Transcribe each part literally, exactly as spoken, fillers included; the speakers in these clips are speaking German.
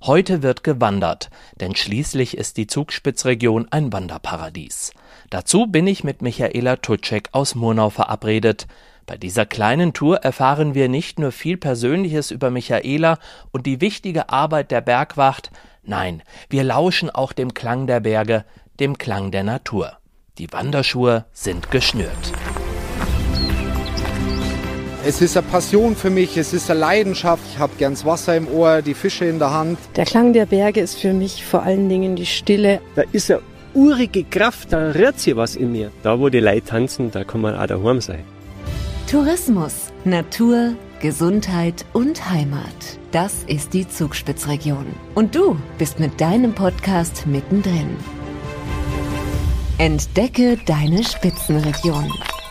Heute wird gewandert, denn schließlich ist die Zugspitzregion ein Wanderparadies. Dazu bin ich mit Michaela Tutschek aus Murnau verabredet. Bei dieser kleinen Tour erfahren wir nicht nur viel Persönliches über Michaela und die wichtige Arbeit der Bergwacht, nein, wir lauschen auch dem Klang der Berge, dem Klang der Natur. Die Wanderschuhe sind geschnürt. Es ist eine Passion für mich, es ist eine Leidenschaft. Ich habe gern das Wasser im Ohr, die Fische in der Hand. Der Klang der Berge ist für mich vor allen Dingen die Stille. Da ist eine urige Kraft, da rührt sich was in mir. Da, wo die Leute tanzen, da kann man auch daheim sein. Tourismus, Natur, Gesundheit und Heimat. Das ist die Zugspitzregion. Und du bist mit deinem Podcast mittendrin. Entdecke deine Spitzenregion.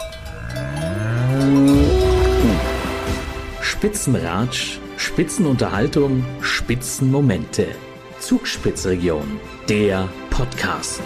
Spitzenratsch, Spitzenunterhaltung, Spitzenmomente. Zugspitzregion, der Podcast.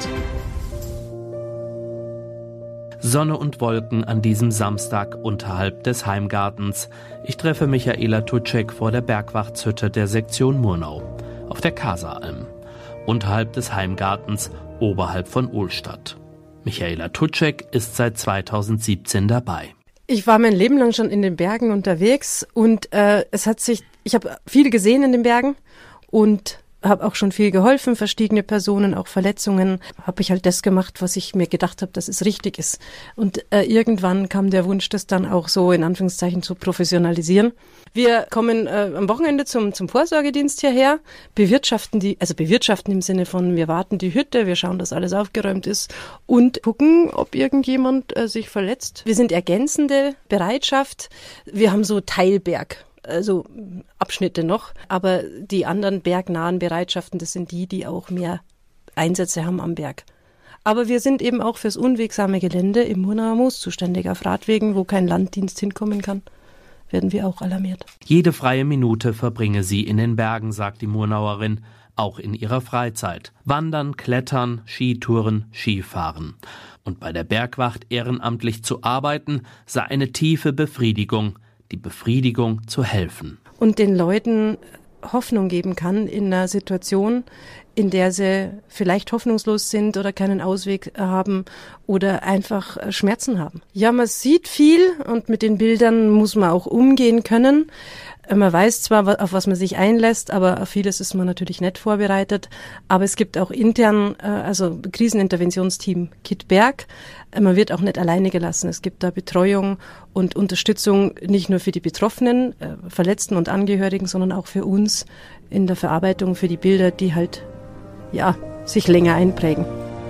Sonne und Wolken an diesem Samstag unterhalb des Heimgartens. Ich treffe Michaela Tutschek vor der Bergwachtshütte der Sektion Murnau auf der Kaseralm, unterhalb des Heimgartens, oberhalb von Ohlstadt. Michaela Tutschek ist seit zweitausendsiebzehn dabei. Ich war mein Leben lang schon in den Bergen unterwegs und äh, es hat sich, ich habe viel gesehen in den Bergen und habe auch schon viel geholfen, verschiedene Personen, auch Verletzungen. Habe ich halt das gemacht, was ich mir gedacht habe, dass es richtig ist. Und äh, irgendwann kam der Wunsch, das dann auch so in Anführungszeichen zu professionalisieren. Wir kommen äh, am Wochenende zum zum Vorsorgedienst hierher, bewirtschaften die, also bewirtschaften im Sinne von, wir warten die Hütte, wir schauen, dass alles aufgeräumt ist und gucken, ob irgendjemand äh, sich verletzt. Wir sind ergänzende Bereitschaft. Wir haben so Teilberg. Also Abschnitte noch, aber die anderen bergnahen Bereitschaften, das sind die, die auch mehr Einsätze haben am Berg. Aber wir sind eben auch fürs unwegsame Gelände im Murnauer Moos zuständig. Auf Radwegen, wo kein Landdienst hinkommen kann, werden wir auch alarmiert. Jede freie Minute verbringe sie in den Bergen, sagt die Murnauerin, auch in ihrer Freizeit. Wandern, Klettern, Skitouren, Skifahren. Und bei der Bergwacht ehrenamtlich zu arbeiten, sei eine tiefe Befriedigung. Die Befriedigung zu helfen. Und den Leuten Hoffnung geben kann in einer Situation, in der sie vielleicht hoffnungslos sind oder keinen Ausweg haben oder einfach Schmerzen haben. Ja, man sieht viel und mit den Bildern muss man auch umgehen können. Man weiß zwar, auf was man sich einlässt, aber auf vieles ist man natürlich nicht vorbereitet. Aber es gibt auch intern, also Kriseninterventionsteam Kittberg. Man wird auch nicht alleine gelassen. Es gibt da Betreuung und Unterstützung nicht nur für die Betroffenen, Verletzten und Angehörigen, sondern auch für uns in der Verarbeitung für die Bilder, die halt, ja, sich länger einprägen.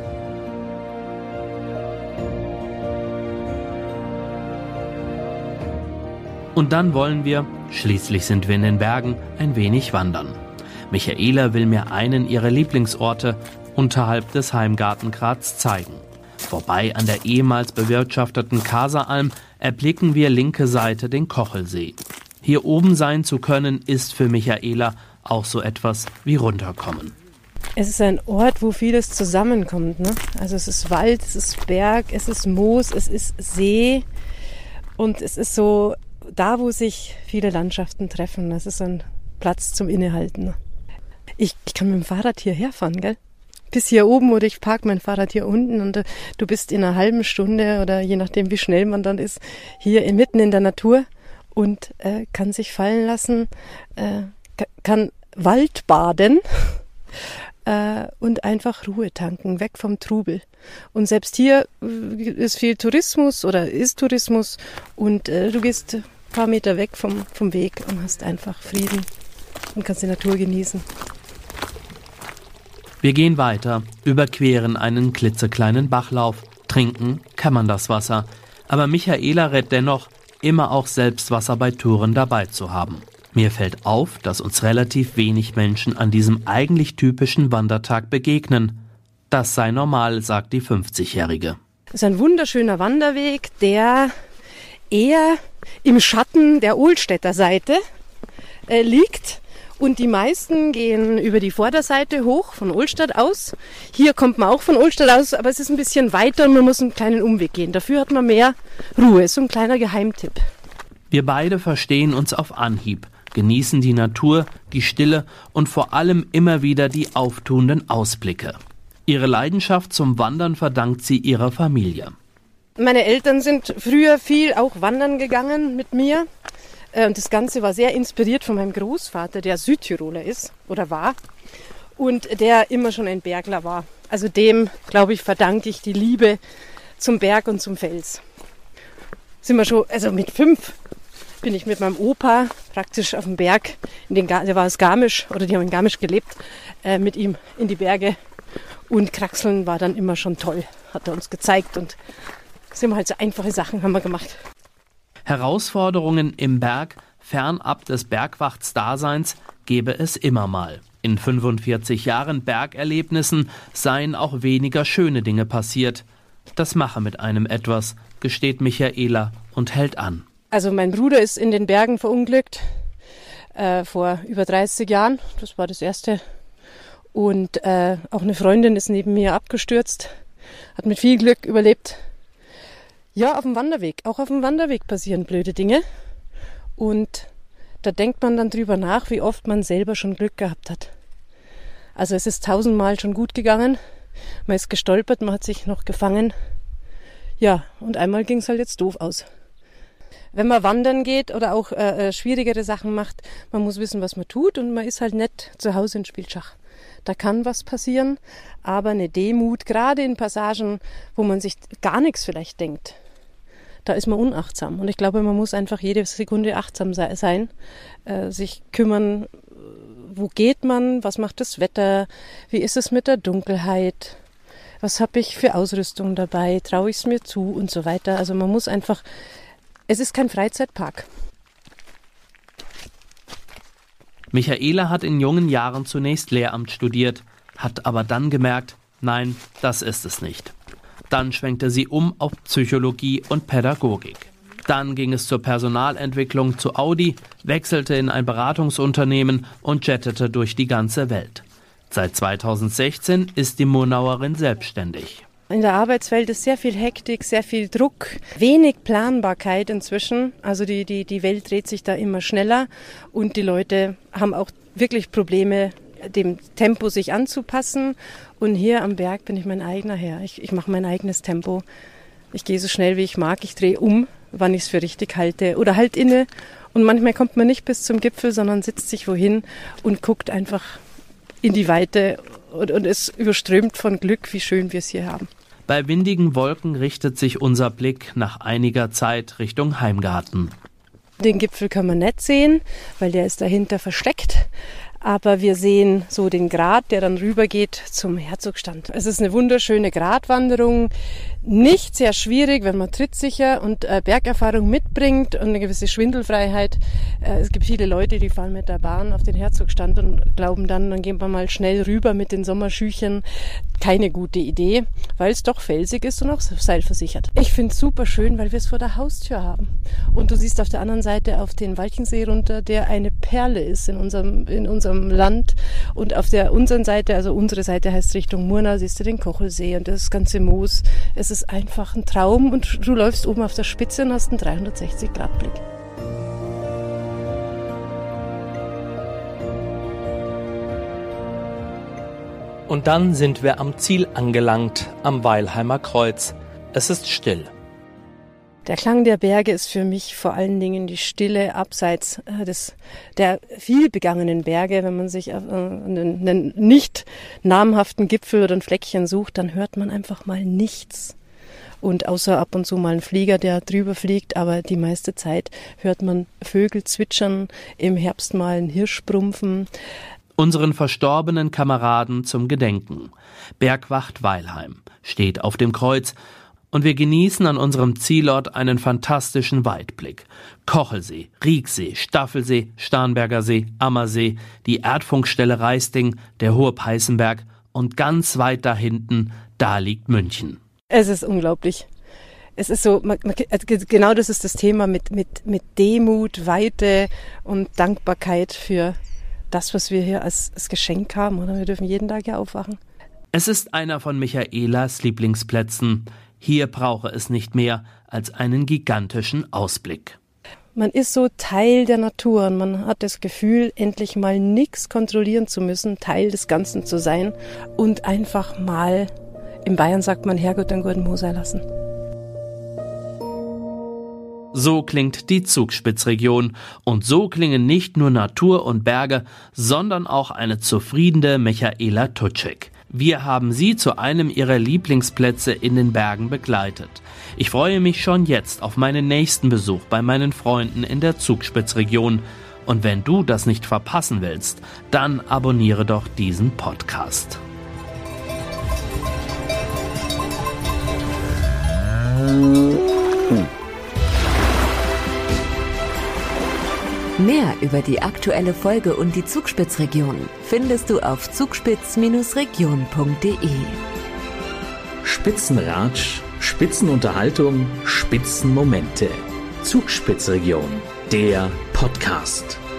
Und dann wollen wir, schließlich sind wir in den Bergen, ein wenig wandern. Michaela will mir einen ihrer Lieblingsorte unterhalb des Heimgartengrads zeigen. Vorbei an der ehemals bewirtschafteten Kaseralm erblicken wir linke Seite den Kochelsee. Hier oben sein zu können, ist für Michaela auch so etwas wie runterkommen. Es ist ein Ort, wo vieles zusammenkommt, ne? Also es ist Wald, es ist Berg, es ist Moos, es ist See und es ist so da, wo sich viele Landschaften treffen. Das ist ein Platz zum Innehalten. Ich, ich kann mit dem Fahrrad hierher fahren, gell? Bis hier oben oder ich parke mein Fahrrad hier unten und du bist in einer halben Stunde oder je nachdem, wie schnell man dann ist, hier mitten in der Natur und äh, kann sich fallen lassen, äh, kann Wald baden äh, und einfach Ruhe tanken, weg vom Trubel. Und selbst hier ist viel Tourismus oder ist Tourismus und äh, du gehst ein paar Meter weg vom, vom Weg und hast einfach Frieden und kannst die Natur genießen. Wir gehen weiter, überqueren einen klitzekleinen Bachlauf, trinken kann man das Wasser. Aber Michaela rät dennoch, immer auch Selbstwasser bei Touren dabei zu haben. Mir fällt auf, dass uns relativ wenig Menschen an diesem eigentlich typischen Wandertag begegnen. Das sei normal, sagt die fünfzigjährige. Es ist ein wunderschöner Wanderweg, der eher im Schatten der Ohlstädter Seite äh, liegt. Und die meisten gehen über die Vorderseite hoch von Ohlstadt aus. Hier kommt man auch von Ohlstadt aus, aber es ist ein bisschen weiter und man muss einen kleinen Umweg gehen. Dafür hat man mehr Ruhe. Ist so ein kleiner Geheimtipp. Wir beide verstehen uns auf Anhieb. genießen die Natur, die Stille und vor allem immer wieder die auftuenden Ausblicke. Ihre Leidenschaft zum Wandern verdankt sie ihrer Familie. Meine Eltern sind früher viel auch wandern gegangen mit mir. Und das Ganze war sehr inspiriert von meinem Großvater, der Südtiroler ist oder war und der immer schon ein Bergler war. Also dem, glaube ich, verdanke ich die Liebe zum Berg und zum Fels. Sind wir schon, also mit fünf bin ich mit meinem Opa praktisch auf dem Berg, in den, der war aus Garmisch, oder die haben in Garmisch gelebt, äh, mit ihm in die Berge. Und Kraxeln war dann immer schon toll, hat er uns gezeigt. Und sind wir halt so einfache Sachen haben wir gemacht. Herausforderungen im Berg, fernab des Bergwachtsdaseins, gebe es immer mal. In fünfundvierzig Jahren Bergerlebnissen seien auch weniger schöne Dinge passiert. Das mache mit einem etwas, gesteht Michaela und hält an. Also mein Bruder ist in den Bergen verunglückt, äh, vor über dreißig Jahren. Das war das Erste. Und äh, auch eine Freundin ist neben mir abgestürzt, hat mit viel Glück überlebt. Ja, auf dem Wanderweg. Auch auf dem Wanderweg passieren blöde Dinge. Und da denkt man dann drüber nach, wie oft man selber schon Glück gehabt hat. Also es ist tausendmal schon gut gegangen. Man ist gestolpert, man hat sich noch gefangen. Ja, und einmal ging es halt jetzt doof aus. Wenn man wandern geht oder auch äh, schwierigere Sachen macht, man muss wissen, was man tut und man ist halt nicht zu Hause und spielt Schach. Da kann was passieren, aber eine Demut, gerade in Passagen, wo man sich gar nichts vielleicht denkt, da ist man unachtsam. Und ich glaube, man muss einfach jede Sekunde achtsam sein, äh, sich kümmern, wo geht man, was macht das Wetter, wie ist es mit der Dunkelheit, was habe ich für Ausrüstung dabei, traue ich es mir zu und so weiter. Also man muss einfach, es ist kein Freizeitpark. Michaela hat in jungen Jahren zunächst Lehramt studiert, hat aber dann gemerkt, nein, das ist es nicht. Dann schwenkte sie um auf Psychologie und Pädagogik. Dann ging es zur Personalentwicklung zu Audi, wechselte in ein Beratungsunternehmen und jettete durch die ganze Welt. Seit zweitausendsechzehn ist die Murnauerin selbstständig. In der Arbeitswelt ist sehr viel Hektik, sehr viel Druck, wenig Planbarkeit inzwischen. Also die, die, die Welt dreht sich da immer schneller und die Leute haben auch wirklich Probleme, dem Tempo sich anzupassen. Und hier am Berg bin ich mein eigener Herr. Ich, ich mache mein eigenes Tempo. Ich gehe so schnell, wie ich mag. Ich drehe um, wann ich es für richtig halte oder halt inne. Und manchmal kommt man nicht bis zum Gipfel, sondern sitzt sich wohin und guckt einfach in die Weite und, und ist überströmt von Glück, wie schön wir es hier haben. Bei windigen Wolken richtet sich unser Blick nach einiger Zeit Richtung Heimgarten. Den Gipfel kann man nicht sehen, weil der ist dahinter versteckt. Aber wir sehen so den Grat, der dann rübergeht zum Herzogstand. Es ist eine wunderschöne Gratwanderung, nicht sehr schwierig, wenn man trittsicher und äh, Bergerfahrung mitbringt und eine gewisse Schwindelfreiheit. Äh, es gibt viele Leute, die fahren mit der Bahn auf den Herzogstand und glauben dann, dann gehen wir mal schnell rüber mit den Sommerschüchen. Keine gute Idee, weil es doch felsig ist und auch seilversichert. Ich finde es super schön, weil wir es vor der Haustür haben. Und du siehst auf der anderen Seite auf den Walchensee runter, der eine Perle ist in unserem, in unserem Land. Und auf der unseren Seite, also unsere Seite heißt Richtung Murnau, siehst du den Kochelsee und das ganze Moos. Es ist einfach ein Traum und du läufst oben auf der Spitze und hast einen dreihundertsechzig Grad Blick. Und dann sind wir am Ziel angelangt, am Weilheimer Kreuz. Es ist still. Der Klang der Berge ist für mich vor allen Dingen die Stille abseits des, der viel begangenen Berge. Wenn man sich einen, einen nicht namhaften Gipfel oder ein Fleckchen sucht, dann hört man einfach mal nichts. Und außer ab und zu mal ein Flieger, der drüber fliegt, aber die meiste Zeit hört man Vögel zwitschern, im Herbst mal ein Hirsch brumpfen. Unseren verstorbenen Kameraden zum Gedenken. Bergwacht Weilheim steht auf dem Kreuz und wir genießen an unserem Zielort einen fantastischen Weitblick. Kochelsee, Rieksee, Staffelsee, Starnberger See, Ammersee, die Erdfunkstelle Reisting, der hohe Peißenberg und ganz weit da hinten, da liegt München. Es ist unglaublich. Es ist so, man, man, genau das ist das Thema mit, mit, mit Demut, Weite und Dankbarkeit für das, was wir hier als, als Geschenk haben. Oder wir dürfen jeden Tag hier aufwachen. Es ist einer von Michaelas Lieblingsplätzen. Hier brauche es nicht mehr als einen gigantischen Ausblick. Man ist so Teil der Natur und man hat das Gefühl, endlich mal nichts kontrollieren zu müssen, Teil des Ganzen zu sein und einfach mal, in Bayern sagt man, Herrgott einen guten Moser lassen. So klingt die Zugspitzregion und so klingen nicht nur Natur und Berge, sondern auch eine zufriedene Michaela Tutschek. Wir haben sie zu einem ihrer Lieblingsplätze in den Bergen begleitet. Ich freue mich schon jetzt auf meinen nächsten Besuch bei meinen Freunden in der Zugspitzregion. Und wenn du das nicht verpassen willst, dann abonniere doch diesen Podcast. Mehr über die aktuelle Folge und die Zugspitzregion findest du auf zugspitz Region punkt de. Spitzenratsch, Spitzenunterhaltung, Spitzenmomente. Zugspitzregion, der Podcast.